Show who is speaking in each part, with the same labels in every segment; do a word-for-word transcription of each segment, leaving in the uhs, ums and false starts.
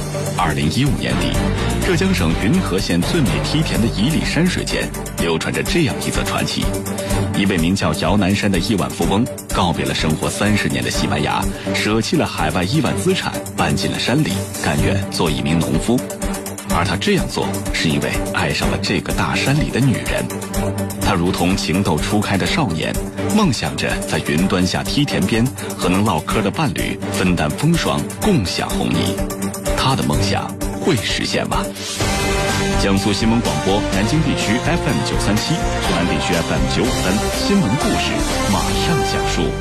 Speaker 1: 二零一五年底，浙江省云和县最美梯田的伊犁山水间，流传着这样一则传奇：一位名叫姚南山的亿万富翁，告别了生活三十年的西班牙，舍弃了海外亿万资产，搬进了山里，甘愿做一名农夫。而他这样做，是因为爱上了这个大山里的女人。他如同情窦初开的少年，梦想着在云端下梯田边和能唠嗑的伴侣分担风霜，共享红泥。他的梦想会实现吗？江苏新闻广播南京地区 F M 九三七，苏南地区 F M 九五三，新闻故事马上讲述。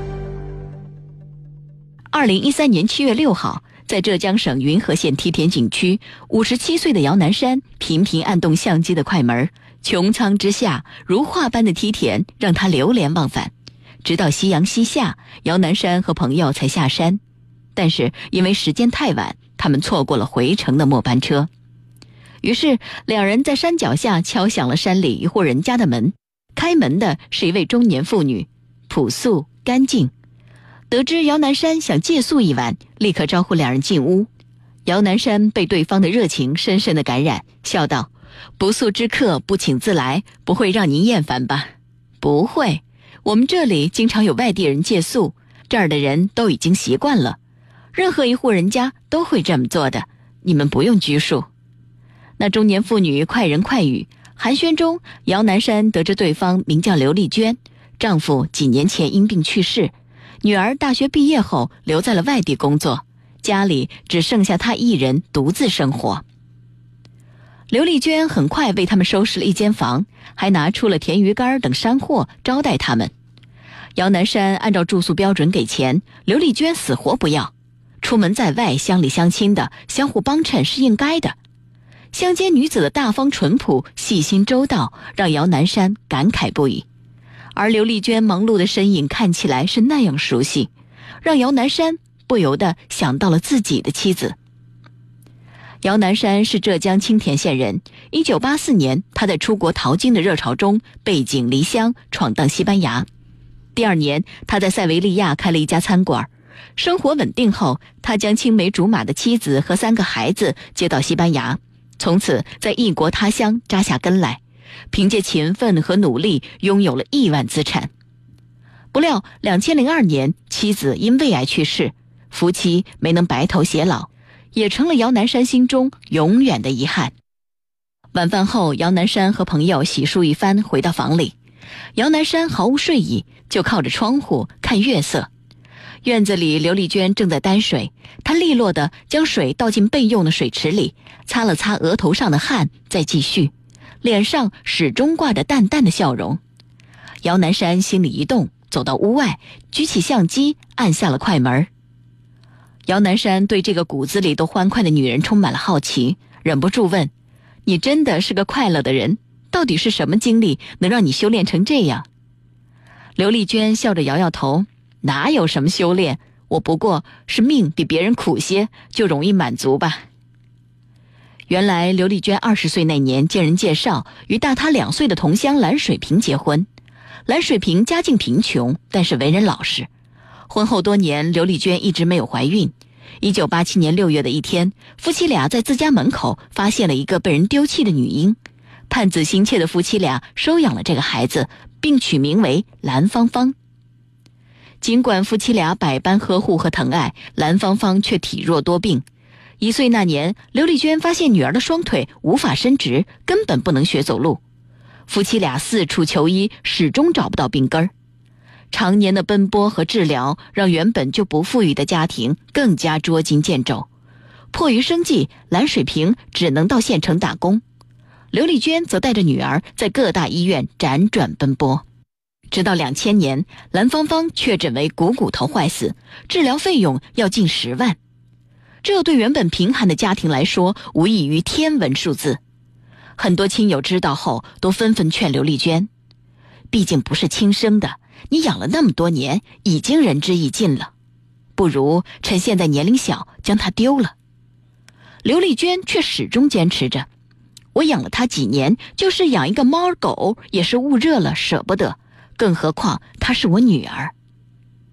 Speaker 2: 二零一三年七月六号。在浙江省云和县梯田景区，五十七岁的姚南山频频按动相机的快门，穹苍之下如画般的梯田让他流连忘返。直到夕阳西下，姚南山和朋友才下山，但是因为时间太晚，他们错过了回程的末班车。于是两人在山脚下敲响了山里一户人家的门，开门的是一位中年妇女，朴素干净。得知姚南山想借宿一晚，立刻招呼两人进屋。姚南山被对方的热情深深的感染，笑道：“不速之客不请自来，不会让您厌烦吧？”“不会，我们这里经常有外地人借宿，这儿的人都已经习惯了，任何一户人家都会这么做的，你们不用拘束。”那中年妇女快人快语，寒暄中，姚南山得知对方名叫刘丽娟，丈夫几年前因病去世，女儿大学毕业后留在了外地工作，家里只剩下她一人独自生活。刘丽娟很快为他们收拾了一间房，还拿出了甜鱼干等山货招待他们。姚南山按照住宿标准给钱，刘丽娟死活不要。出门在外，乡里乡亲的相互帮衬是应该的。乡间女子的大方淳朴、细心周到，让姚南山感慨不已。而刘丽娟忙碌的身影看起来是那样熟悉，让姚南山不由得想到了自己的妻子。姚南山是浙江青田县人，一九八四年他在出国淘金的热潮中背井离乡闯荡西班牙。第二年他在塞维利亚开了一家餐馆，生活稳定后，他将青梅竹马的妻子和三个孩子接到西班牙，从此在异国他乡扎下根来，凭借勤奋和努力拥有了亿万资产。不料两千零二年妻子因胃癌去世，夫妻没能白头偕老，也成了姚南山心中永远的遗憾。晚饭后，姚南山和朋友洗漱一番回到房里，姚南山毫无睡意，就靠着窗户看月色。院子里刘丽娟正在担水，她利落地将水倒进备用的水池里，擦了擦额头上的汗，再继续，脸上始终挂着淡淡的笑容。姚南山心里一动，走到屋外，举起相机按下了快门。姚南山对这个骨子里都欢快的女人充满了好奇，忍不住问：“你真的是个快乐的人？到底是什么经历能让你修炼成这样？”刘丽娟笑着摇摇头：“哪有什么修炼，我不过是命比别人苦些，就容易满足吧。”原来刘丽娟二十岁那年经人介绍，与大她两岁的同乡蓝水平结婚。蓝水平家境贫穷，但是为人老实。婚后多年，刘丽娟一直没有怀孕。一九八七年六月的一天，夫妻俩在自家门口发现了一个被人丢弃的女婴。盼子心切的夫妻俩收养了这个孩子，并取名为蓝芳芳。尽管夫妻俩百般呵护和疼爱，蓝芳芳却体弱多病。一岁那年，刘丽娟发现女儿的双腿无法伸直，根本不能学走路。夫妻俩四处求医，始终找不到病根儿。常年的奔波和治疗，让原本就不富裕的家庭更加捉襟见肘。迫于生计，蓝水平只能到县城打工。刘丽娟则带着女儿在各大医院辗转奔波。直到两千年，蓝芳芳确诊为股骨头坏死，治疗费用要近十万。这对原本贫寒的家庭来说，无异于天文数字。很多亲友知道后，都纷纷劝刘丽娟：“毕竟不是亲生的，你养了那么多年，已经仁至义尽了，不如趁现在年龄小，将它丢了。”刘丽娟却始终坚持着：“我养了它几年，就是养一个猫儿狗，也是捂热了舍不得，更何况她是我女儿。”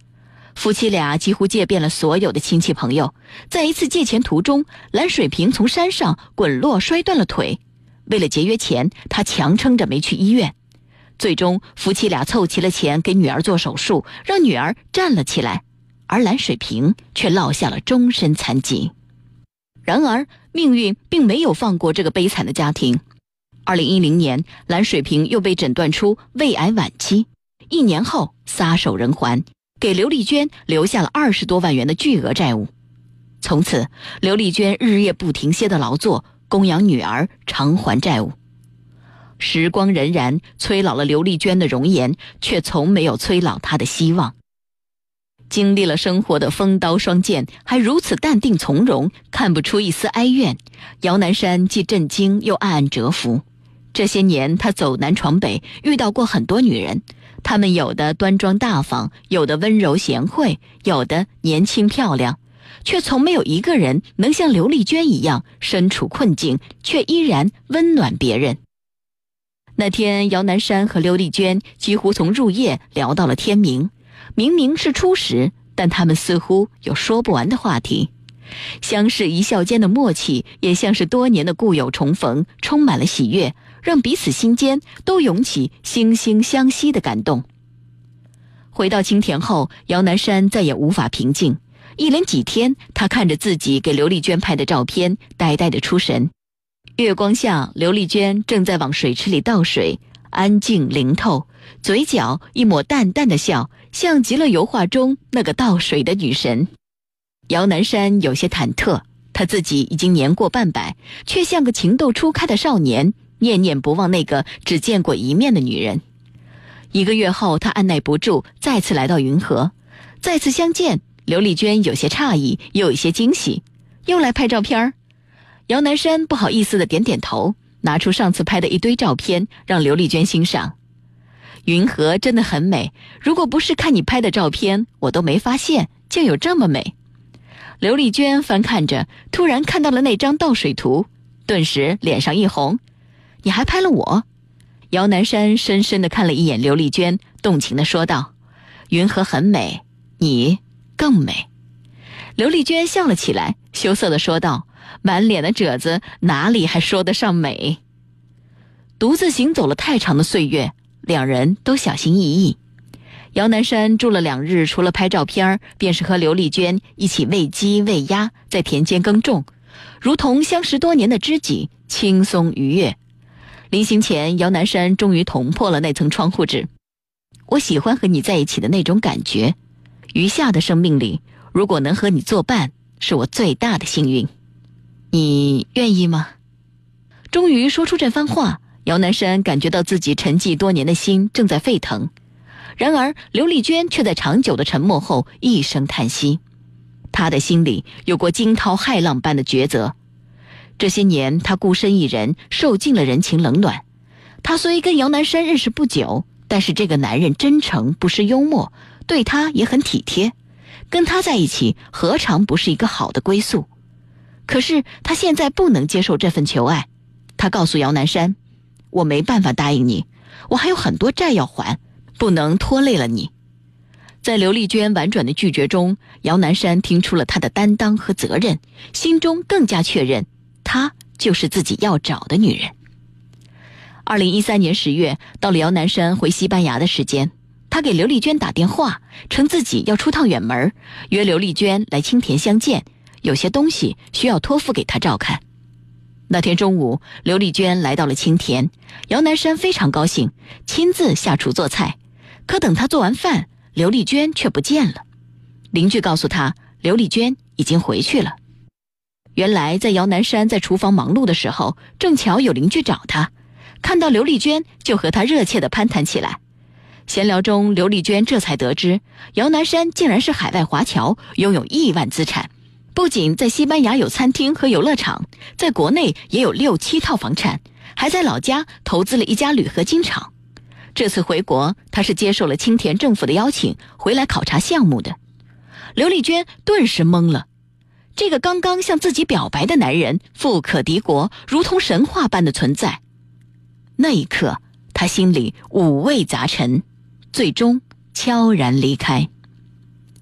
Speaker 2: 夫妻俩几乎借遍了所有的亲戚朋友，在一次借钱途中，蓝水平从山上滚落摔断了腿。为了节约钱，他强撑着没去医院。最终夫妻俩凑齐了钱给女儿做手术，让女儿站了起来，而蓝水平却落下了终身残疾。然而命运并没有放过这个悲惨的家庭。二零一零年，蓝水平又被诊断出胃癌晚期，一年后撒手人寰，给刘丽娟留下了二十多万元的巨额债务。从此，刘丽娟日夜不停歇的劳作，供养女儿，偿还债务。时光荏苒，催老了刘丽娟的容颜，却从没有催老她的希望。经历了生活的风刀霜剑，还如此淡定从容，看不出一丝哀怨。姚南山既震惊又暗暗折服。这些年他走南闯北，遇到过很多女人，她们有的端庄大方，有的温柔贤惠，有的年轻漂亮，却从没有一个人能像刘丽娟一样身处困境，却依然温暖别人。那天姚南山和刘丽娟几乎从入夜聊到了天明，明明是初识，但他们似乎有说不完的话题。相视一笑间的默契，也像是多年的故友重逢，充满了喜悦，让彼此心间都涌起惺惺相惜的感动。回到青田后，姚南山再也无法平静，一连几天他看着自己给刘丽娟拍的照片，呆呆地出神。月光下，刘丽娟正在往水池里倒水，安静灵透，嘴角一抹淡淡的笑，像极了油画中那个倒水的女神。姚南山有些忐忑，他自己已经年过半百，却像个情窦初开的少年，念念不忘那个只见过一面的女人。一个月后，他按耐不住，再次来到云和。再次相见，刘丽娟有些诧异，又有些惊喜。又来拍照片？姚南山不好意思地点点头，拿出上次拍的一堆照片，让刘丽娟欣赏。云和真的很美，如果不是看你拍的照片，我都没发现竟有这么美。刘丽娟翻看着，突然看到了那张倒水图，顿时脸上一红。你还拍了我？姚南山深深地看了一眼刘丽娟，动情地说道：云和很美，你更美。刘丽娟笑了起来，羞涩地说道：满脸的褶子，哪里还说得上美？独自行走了太长的岁月，两人都小心翼翼。姚南山住了两日，除了拍照片，便是和刘丽娟一起喂鸡喂鸭，在田间耕种，如同相识多年的知己，轻松愉悦。临行前，姚南山终于捅破了那层窗户纸。我喜欢和你在一起的那种感觉，余下的生命里，如果能和你作伴，是我最大的幸运。你愿意吗？终于说出这番话，姚南山感觉到自己沉寂多年的心正在沸腾。然而刘丽娟却在长久的沉默后一声叹息，她的心里有过惊涛骇浪般的抉择。这些年她孤身一人，受尽了人情冷暖。她虽跟姚南山认识不久，但是这个男人真诚不失幽默，对她也很体贴，跟他在一起何尝不是一个好的归宿。可是她现在不能接受这份求爱。她告诉姚南山，我没办法答应你，我还有很多债要还，不能拖累了你。在刘丽娟婉转的拒绝中，姚南山听出了她的担当和责任，心中更加确认，她就是自己要找的女人。二零一三年十月，到了姚南山回西班牙的时间，他给刘丽娟打电话，称自己要出趟远门，约刘丽娟来青田相见，有些东西需要托付给她照看。那天中午，刘丽娟来到了青田，姚南山非常高兴，亲自下厨做菜。可等他做完饭，刘丽娟却不见了。邻居告诉他，刘丽娟已经回去了。原来在姚南山在厨房忙碌的时候，正巧有邻居找他，看到刘丽娟就和他热切地攀谈起来。闲聊中，刘丽娟这才得知，姚南山竟然是海外华侨，拥有亿万资产，不仅在西班牙有餐厅和游乐场，在国内也有六七套房产，还在老家投资了一家铝合金厂。这次回国，他是接受了青田政府的邀请，回来考察项目的。刘丽娟顿时懵了，这个刚刚向自己表白的男人，富可敌国，如同神话般的存在。那一刻，他心里五味杂陈，最终悄然离开。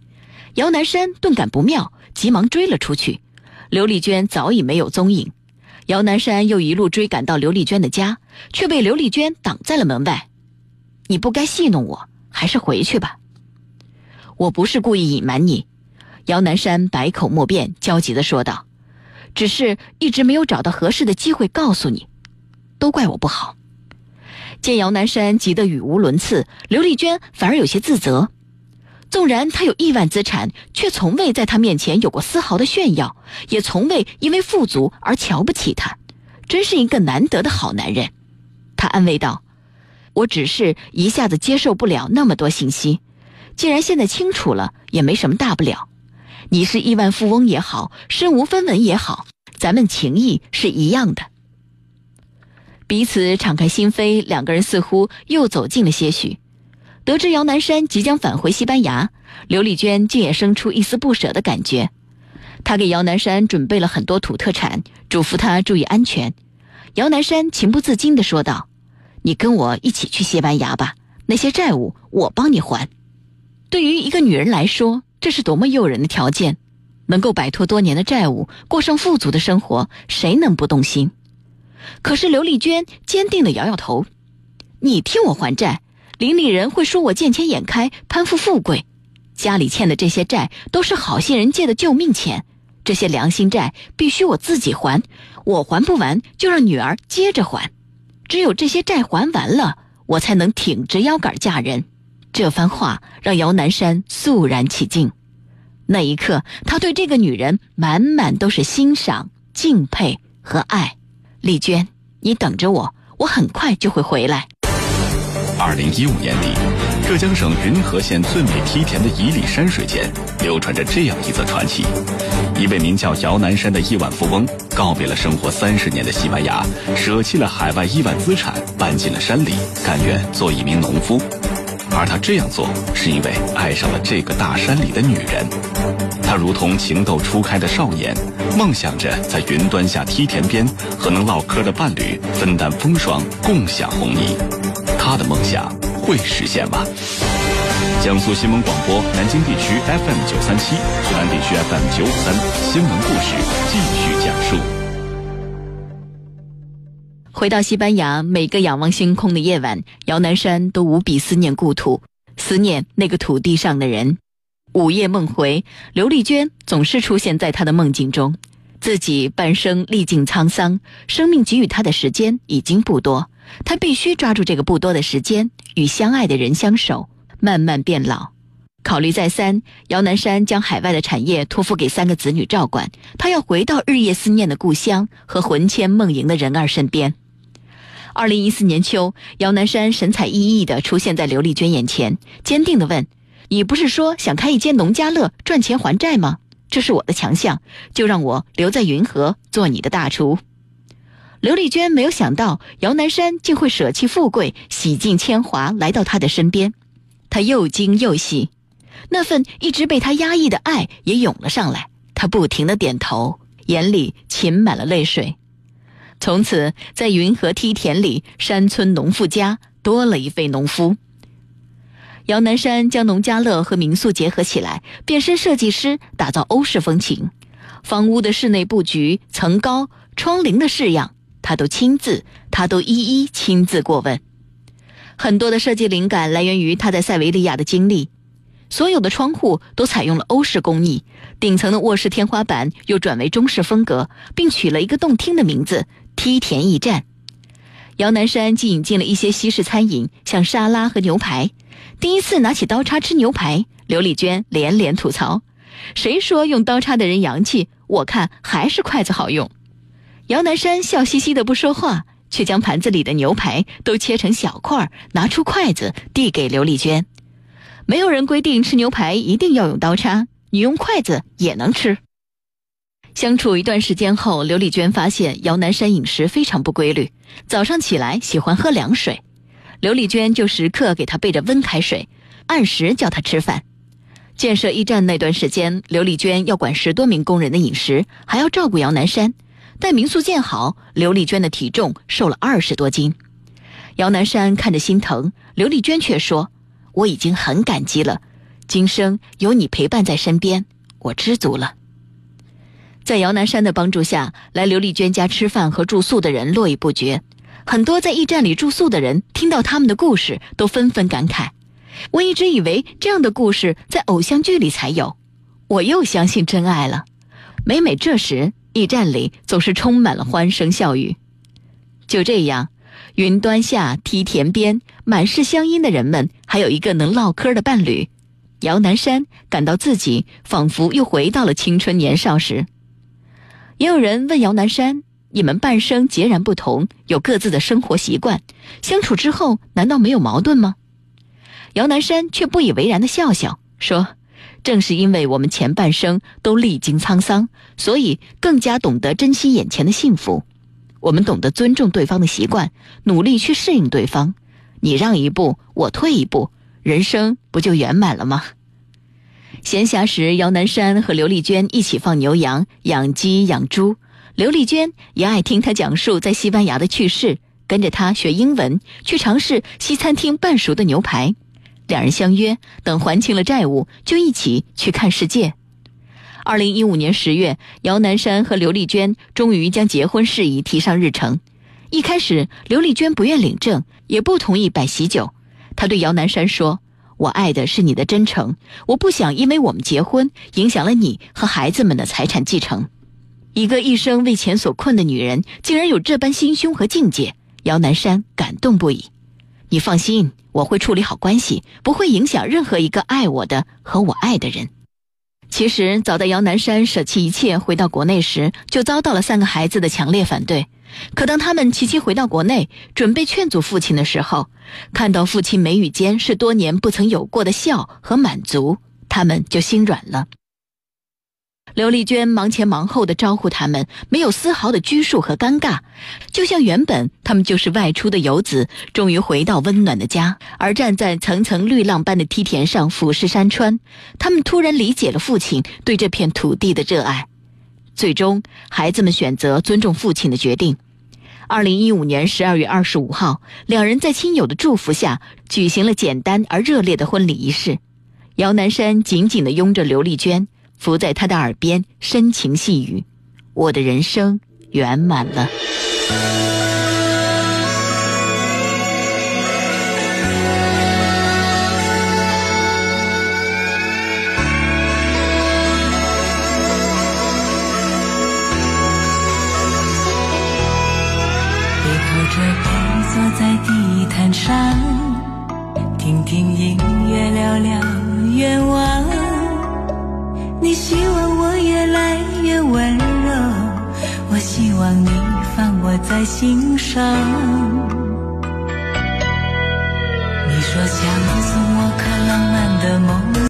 Speaker 2: 姚南山顿感不妙，急忙追了出去。刘丽娟早已没有踪影。姚南山又一路追赶到刘丽娟的家，却被刘丽娟挡在了门外。你不该戏弄我，还是回去吧。我不是故意隐瞒你，姚南山百口莫辩，焦急地说道，只是一直没有找到合适的机会告诉你，都怪我不好。见姚南山急得语无伦次，刘丽娟反而有些自责。纵然他有亿万资产，却从未在他面前有过丝毫的炫耀，也从未因为富足而瞧不起他，真是一个难得的好男人。他安慰道，我只是一下子接受不了那么多信息，既然现在清楚了，也没什么大不了。你是亿万富翁也好，身无分文也好，咱们情谊是一样的。彼此敞开心扉，两个人似乎又走近了些许。得知姚南山即将返回西班牙，刘丽娟竟也生出一丝不舍的感觉。她给姚南山准备了很多土特产，嘱咐他注意安全。姚南山情不自禁地说道，你跟我一起去西班牙吧，那些债务我帮你还。对于一个女人来说，这是多么诱人的条件，能够摆脱多年的债务，过上富足的生活，谁能不动心？可是刘丽娟坚定地摇摇头，你替我还债，邻里人会说我见钱眼开，攀附富贵，家里欠的这些债都是好心人借的救命钱，这些良心债必须我自己还，我还不完就让女儿接着还，只有这些债还完了，我才能挺直腰杆嫁人。这番话让姚南山肃然起敬，那一刻他对这个女人满满都是欣赏、敬佩和爱。丽娟，你等着我，我很快就会回来。
Speaker 1: 二零一五年里，浙江省云和县最美梯田的伊犁山水间流传着这样一则传奇：一位名叫姚南山的亿万富翁，告别了生活三十年的西班牙，舍弃了海外亿万资产，搬进了山里，甘愿做一名农夫。而他这样做，是因为爱上了这个大山里的女人。他如同情窦初开的少年，梦想着在云端下梯田边和能唠嗑的伴侣分担风霜，共享红泥。他的梦想会实现吗？江苏新闻广播南京地区 F M 九三七，湖南地区 F M 九五三，新闻故事继续讲述。
Speaker 2: 回到西班牙，每个仰望星空的夜晚，姚南山都无比思念故土，思念那个土地上的人。午夜梦回，刘丽娟总是出现在他的梦境中。自己半生历尽沧桑，生命给予他的时间已经不多，他必须抓住这个不多的时间，与相爱的人相守，慢慢变老。考虑再三，姚南山将海外的产业托付给三个子女照管，他要回到日夜思念的故乡和魂牵梦萦的人儿身边。二零一四年秋，姚南山神采奕奕地出现在刘丽娟眼前，坚定地问，你不是说想开一间农家乐赚钱还债吗？这是我的强项，就让我留在云和做你的大厨。刘丽娟没有想到姚南山竟会舍弃富贵，洗尽铅华来到她的身边，她又惊又喜，那份一直被她压抑的爱也涌了上来，她不停地点头，眼里噙满了泪水。从此在云和梯田里，山村农妇家多了一位农夫。姚南山将农家乐和民宿结合起来，变身设计师，打造欧式风情。房屋的室内布局、层高、窗棂的式样，他都亲自，他都一一亲自过问。很多的设计灵感来源于他在塞维利亚的经历。所有的窗户都采用了欧式工艺，顶层的卧室天花板又转为中式风格，并取了一个动听的名字——梯田驿站。姚南山既引进了一些西式餐饮，像沙拉和牛排。第一次拿起刀叉吃牛排，刘丽娟连连吐槽：谁说用刀叉的人洋气？我看还是筷子好用。姚南山笑嘻嘻的不说话，却将盘子里的牛排都切成小块，拿出筷子递给刘丽娟。没有人规定吃牛排一定要用刀叉，你用筷子也能吃。相处一段时间后，刘丽娟发现姚南山饮食非常不规律，早上起来喜欢喝凉水，刘丽娟就时刻给他备着温开水，按时叫他吃饭。建设驿站那段时间，刘丽娟要管十多名工人的饮食，还要照顾姚南山。待民宿建好，刘丽娟的体重瘦了二十多斤。姚南山看着心疼，刘丽娟却说：我已经很感激了， 今生有你陪伴在身边，我知足了。在姚南山的帮助下，来刘丽娟家吃饭和住宿的人络绎不绝。很多在驿站里住宿的人听到他们的故事，都纷纷感慨，我一直以为这样的故事在偶像剧里才有，我又相信真爱了。每每这时，驿站里总是充满了欢声笑语。就这样，云端下梯田边满是乡音的人们还有一个能唠嗑的伴侣。姚南山感到自己仿佛又回到了青春年少时。也有人问姚南山，你们半生截然不同，有各自的生活习惯，相处之后难道没有矛盾吗？姚南山却不以为然地笑笑说，正是因为我们前半生都历经沧桑，所以更加懂得珍惜眼前的幸福。我们懂得尊重对方的习惯，努力去适应对方，你让一步，我退一步，人生不就圆满了吗？闲暇时，姚南山和刘丽娟一起放牛羊、养鸡、养猪。刘丽娟也爱听他讲述在西班牙的趣事，跟着他学英文，去尝试西餐厅半熟的牛排。两人相约，等还清了债务，就一起去看世界。二零一五年十月，姚南山和刘丽娟终于将结婚事宜提上日程。一开始，刘丽娟不愿领证，也不同意摆喜酒。她对姚南山说，我爱的是你的真诚，我不想因为我们结婚影响了你和孩子们的财产继承。一个一生为钱所困的女人竟然有这般心胸和境界，姚南山感动不已。你放心，我会处理好关系，不会影响任何一个爱我的和我爱的人。其实早在姚南山舍弃一切回到国内时，就遭到了三个孩子的强烈反对。可当他们齐齐回到国内，准备劝阻父亲的时候，看到父亲眉宇间是多年不曾有过的笑和满足，他们就心软了。刘丽娟忙前忙后地招呼他们，没有丝毫的拘束和尴尬，就像原本他们就是外出的游子，终于回到温暖的家。而站在层层绿浪般的梯田上俯视山川，他们突然理解了父亲对这片土地的热爱。最终，孩子们选择尊重父亲的决定。二零一五年十二月二十五号，两人在亲友的祝福下举行了简单而热烈的婚礼仪式。姚南山紧紧地拥着刘丽娟，伏在她的耳边深情细语，我的人生圆满了。
Speaker 3: 坐在地毯上，听听音乐，聊聊愿望。你希望我越来越温柔，我希望你放我在心上。你说想送我颗浪漫的梦。